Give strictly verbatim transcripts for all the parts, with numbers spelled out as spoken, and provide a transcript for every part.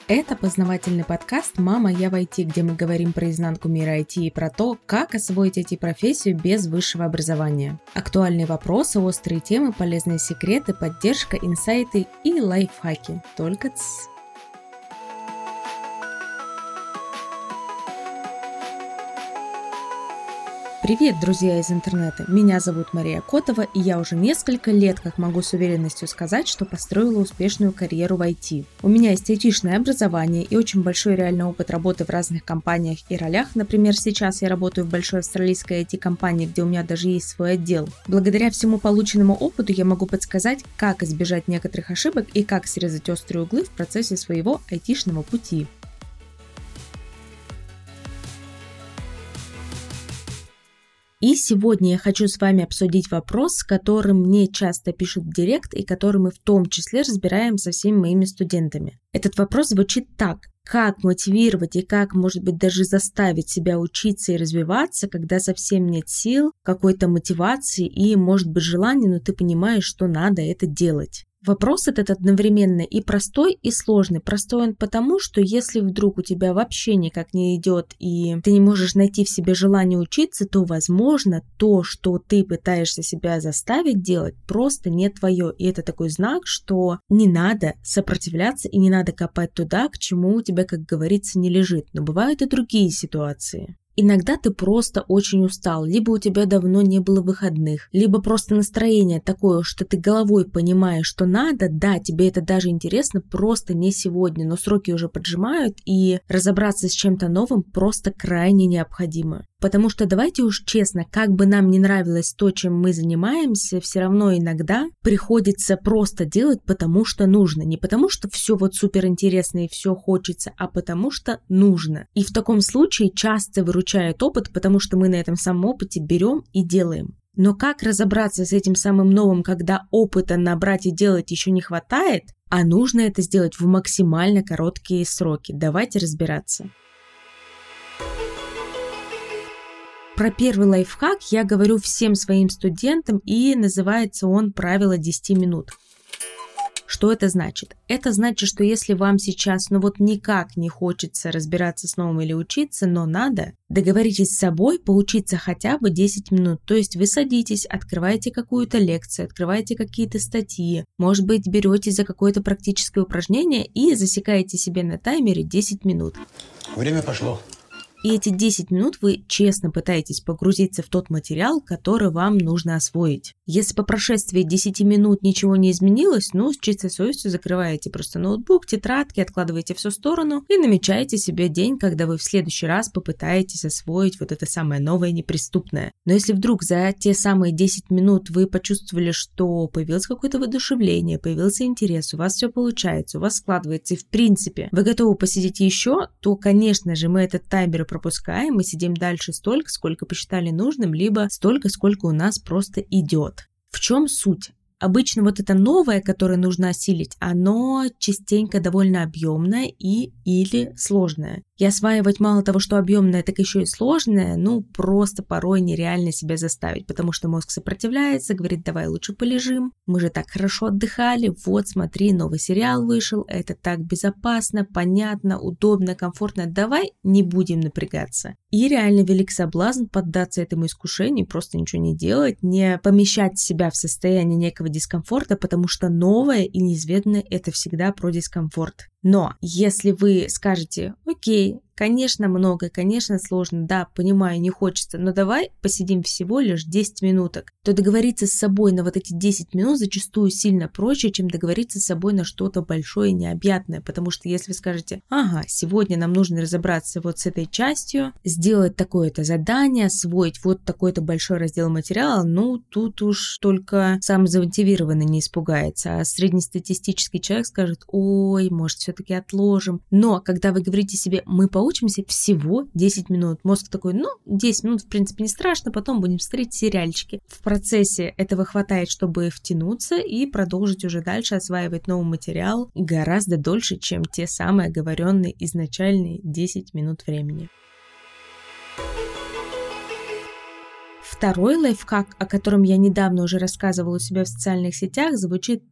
Это познавательный подкаст «Мама, я в ай ти», где мы говорим про изнанку мира ай ти и про то, как освоить ай ти-профессию без высшего образования. Актуальные вопросы, острые темы, полезные секреты, поддержка, инсайты и лайфхаки. Только тс. Привет, друзья из интернета! Меня зовут Мария Котова, и я уже несколько лет как могу с уверенностью сказать, что построила успешную карьеру в ай ти. У меня есть айтишное образование и очень большой реальный опыт работы в разных компаниях и ролях. Например, сейчас я работаю в большой австралийской ай ти-компании, где у меня даже есть свой отдел. Благодаря всему полученному опыту я могу подсказать, как избежать некоторых ошибок и как срезать острые углы в процессе своего айтишного пути. И сегодня я хочу с вами обсудить вопрос, с которым мне часто пишут в директ и который мы в том числе разбираем со всеми моими студентами. Этот вопрос звучит так: как мотивировать и как, может быть, даже заставить себя учиться и развиваться, когда совсем нет сил, какой-то мотивации и, может быть, желания, но ты понимаешь, что надо это делать. Вопрос этот одновременно и простой, и сложный. Простой он потому, что если вдруг у тебя вообще никак не идет, и ты не можешь найти в себе желание учиться, то, возможно, то, что ты пытаешься себя заставить делать, просто не твое. И это такой знак, что не надо сопротивляться и не надо копать туда, к чему у тебя, как говорится, не лежит. Но бывают и другие ситуации. Иногда ты просто очень устал, либо у тебя давно не было выходных, либо просто настроение такое, что ты головой понимаешь, что надо, да, тебе это даже интересно, просто не сегодня, но сроки уже поджимают, и разобраться с чем-то новым просто крайне необходимо. Потому что давайте уж честно, как бы нам не нравилось то, чем мы занимаемся, все равно иногда приходится просто делать, потому что нужно. Не потому что все вот супер интересно и все хочется, а потому что нужно. И в таком случае часто выручает опыт, потому что мы на этом самом опыте берем и делаем. Но как разобраться с этим самым новым, когда опыта набрать и делать еще не хватает, а нужно это сделать в максимально короткие сроки? Давайте разбираться. Про первый лайфхак я говорю всем своим студентам, и называется он «Правило десяти минут». Что это значит? Это значит, что если вам сейчас ну вот никак не хочется разбираться с новым или учиться, но надо, договоритесь с собой поучиться хотя бы десять минут. То есть вы садитесь, открываете какую-то лекцию, открываете какие-то статьи, может быть, берете за какое-то практическое упражнение и засекаете себе на таймере десять минут. Время пошло. И эти десять минут вы честно пытаетесь погрузиться в тот материал, который вам нужно освоить. Если по прошествии десяти минут ничего не изменилось, ну, с чистой совестью закрываете просто ноутбук, тетрадки, откладываете все в сторону и намечаете себе день, когда вы в следующий раз попытаетесь освоить вот это самое новое неприступное. Но если вдруг за те самые десять минут вы почувствовали, что появилось какое-то воодушевление, появился интерес, у вас все получается, у вас складывается, и в принципе вы готовы посидеть еще, то, конечно же, мы этот таймер пропускаем, мы сидим дальше столько, сколько посчитали нужным, либо столько, сколько у нас просто идет. В чем суть? Обычно вот это новое, которое нужно осилить, оно частенько довольно объемное и или сложное. И осваивать мало того, что объемное, так еще и сложное, ну просто порой нереально себя заставить, потому что мозг сопротивляется, говорит: давай лучше полежим, мы же так хорошо отдыхали, вот смотри, новый сериал вышел, это так безопасно, понятно, удобно, комфортно, давай не будем напрягаться. И реально велик соблазн поддаться этому искушению, просто ничего не делать, не помещать себя в состояние некого дискомфорта, потому что новое и неизведанное – это всегда про дискомфорт. Но если вы скажете: окей, конечно, много, конечно, сложно, да, понимаю, не хочется, но давай посидим всего лишь десять минуток, то договориться с собой на вот эти десять минут зачастую сильно проще, чем договориться с собой на что-то большое и необъятное, потому что если вы скажете: ага, сегодня нам нужно разобраться вот с этой частью, сделать такое-то задание, освоить вот такой-то большой раздел материала, ну, тут уж только сам замотивированный не испугается, а среднестатистический человек скажет: ой, может, все-таки отложим. Но когда вы говорите себе: мы поучимся всего десять минут, мозг такой: ну, десять минут, в принципе, не страшно, потом будем смотреть сериальчики. В процессе этого хватает, чтобы втянуться и продолжить уже дальше осваивать новый материал гораздо дольше, чем те самые оговоренные изначальные десять минут времени. Второй лайфхак, о котором я недавно уже рассказывала у себя в социальных сетях, звучит так.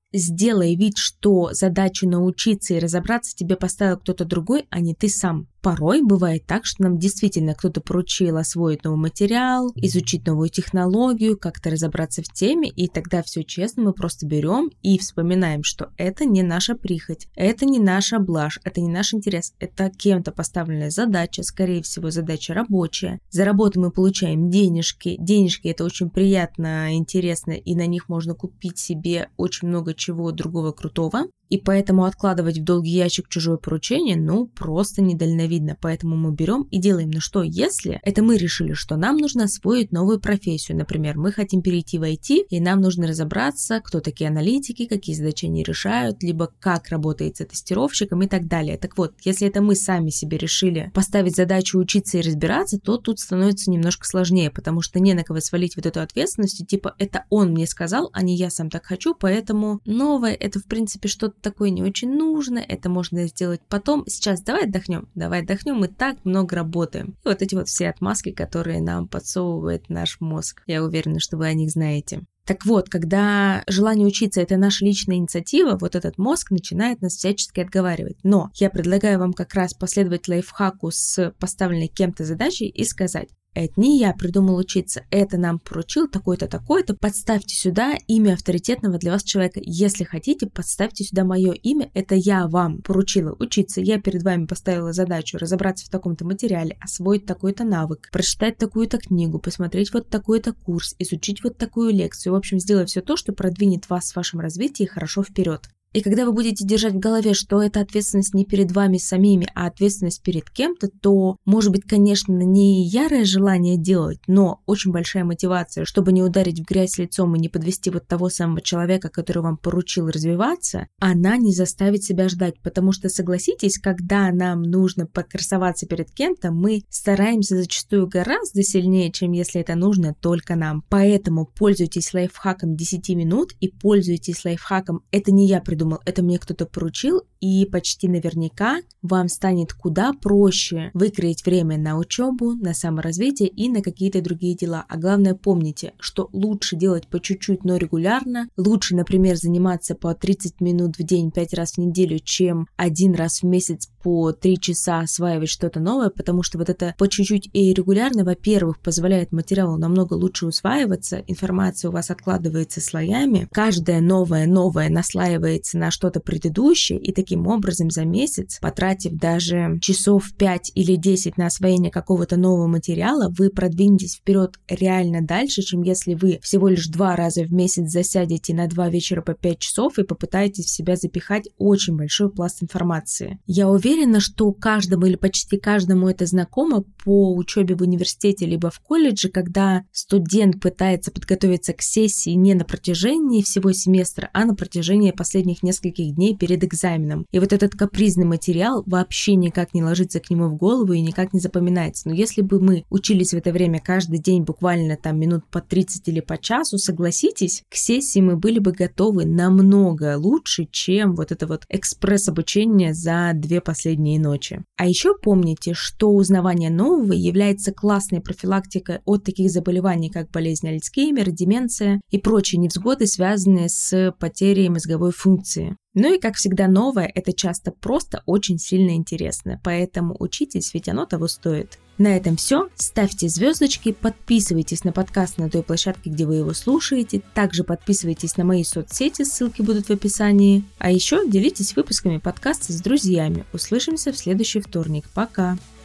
сделай вид, что задачу научиться и разобраться тебе поставил кто-то другой, а не ты сам. Порой бывает так, что нам действительно кто-то поручил освоить новый материал, изучить новую технологию, как-то разобраться в теме, и тогда все честно, мы просто берем и вспоминаем, что это не наша прихоть, это не наша блажь, это не наш интерес, это кем-то поставленная задача, скорее всего, задача рабочая. За работу мы получаем денежки, денежки это очень приятно, интересно, и на них можно купить себе очень много чего другого крутого. И поэтому откладывать в долгий ящик чужое поручение, ну, просто недальновидно. Поэтому мы берем и делаем. Но что, если это мы решили, что нам нужно освоить новую профессию? Например, мы хотим перейти в ай ти, и нам нужно разобраться, кто такие аналитики, какие задачи они решают, либо как работает с тестировщиком и так далее. Так вот, если это мы сами себе решили поставить задачу учиться и разбираться, то тут становится немножко сложнее, потому что не на кого свалить вот эту ответственность, типа это он мне сказал, а не я сам так хочу, поэтому новое это в принципе что-то такое не очень нужно, это можно сделать потом. Сейчас давай отдохнем, давай отдохнем, мы так много работаем. И вот эти вот все отмазки, которые нам подсовывает наш мозг. Я уверена, что вы о них знаете. Так вот, когда желание учиться – это наша личная инициатива, вот этот мозг начинает нас всячески отговаривать. Но я предлагаю вам как раз последовать лайфхаку с поставленной кем-то задачей и сказать: это не я придумал учиться, это нам поручил такой-то, такой-то. Подставьте сюда имя авторитетного для вас человека. Если хотите, подставьте сюда мое имя. Это я вам поручила учиться. Я перед вами поставила задачу разобраться в таком-то материале, освоить такой-то навык, прочитать такую-то книгу, посмотреть вот такой-то курс, изучить вот такую лекцию. В общем, сделать все то, что продвинет вас в вашем развитии хорошо вперед. И когда вы будете держать в голове, что эта ответственность не перед вами самими, а ответственность перед кем-то, то, может быть, конечно, не ярое желание делать, но очень большая мотивация, чтобы не ударить в грязь лицом и не подвести вот того самого человека, который вам поручил развиваться, она не заставит себя ждать. Потому что, согласитесь, когда нам нужно покрасоваться перед кем-то, мы стараемся зачастую гораздо сильнее, чем если это нужно только нам. Поэтому пользуйтесь лайфхаком десять минут и пользуйтесь лайфхаком «это не я придумал, думал, это мне кто-то поручил», и почти наверняка вам станет куда проще выкроить время на учебу, на саморазвитие и на какие-то другие дела. А главное, помните, что лучше делать по чуть-чуть, но регулярно. Лучше, например, заниматься по тридцать минут в день пять раз в неделю, чем один раз в месяц по три часа осваивать что-то новое, потому что вот это по чуть-чуть и регулярно, во-первых, позволяет материалу намного лучше усваиваться, информация у вас откладывается слоями, каждое новое новое наслаивается на что-то предыдущее, и таким образом за месяц, потратив даже часов пять или десять на освоение какого-то нового материала, вы продвинетесь вперед реально дальше, чем если вы всего лишь два раза в месяц засядете на два вечера по пять часов и попытаетесь в себя запихать очень большой пласт информации. Я уверена, что каждому или почти каждому это знакомо по учебе в университете либо в колледже, когда студент пытается подготовиться к сессии не на протяжении всего семестра, а на протяжении последних нескольких дней перед экзаменом. И вот этот капризный материал вообще никак не ложится к нему в голову и никак не запоминается. Но если бы мы учились в это время каждый день буквально там минут по тридцать или по часу, согласитесь, к сессии мы были бы готовы намного лучше, чем вот это вот экспресс-обучение за две последние ночи. А еще помните, что узнавание нового является классной профилактикой от таких заболеваний, как болезнь Альцгеймера, деменция и прочие невзгоды, связанные с потерей мозговой функции. Ну и, как всегда, новое – это часто просто очень сильно интересно, поэтому учитесь, ведь оно того стоит. На этом все. Ставьте звездочки, подписывайтесь на подкаст на той площадке, где вы его слушаете, также подписывайтесь на мои соцсети, ссылки будут в описании. А еще делитесь выпусками подкаста с друзьями. Услышимся в следующий вторник. Пока!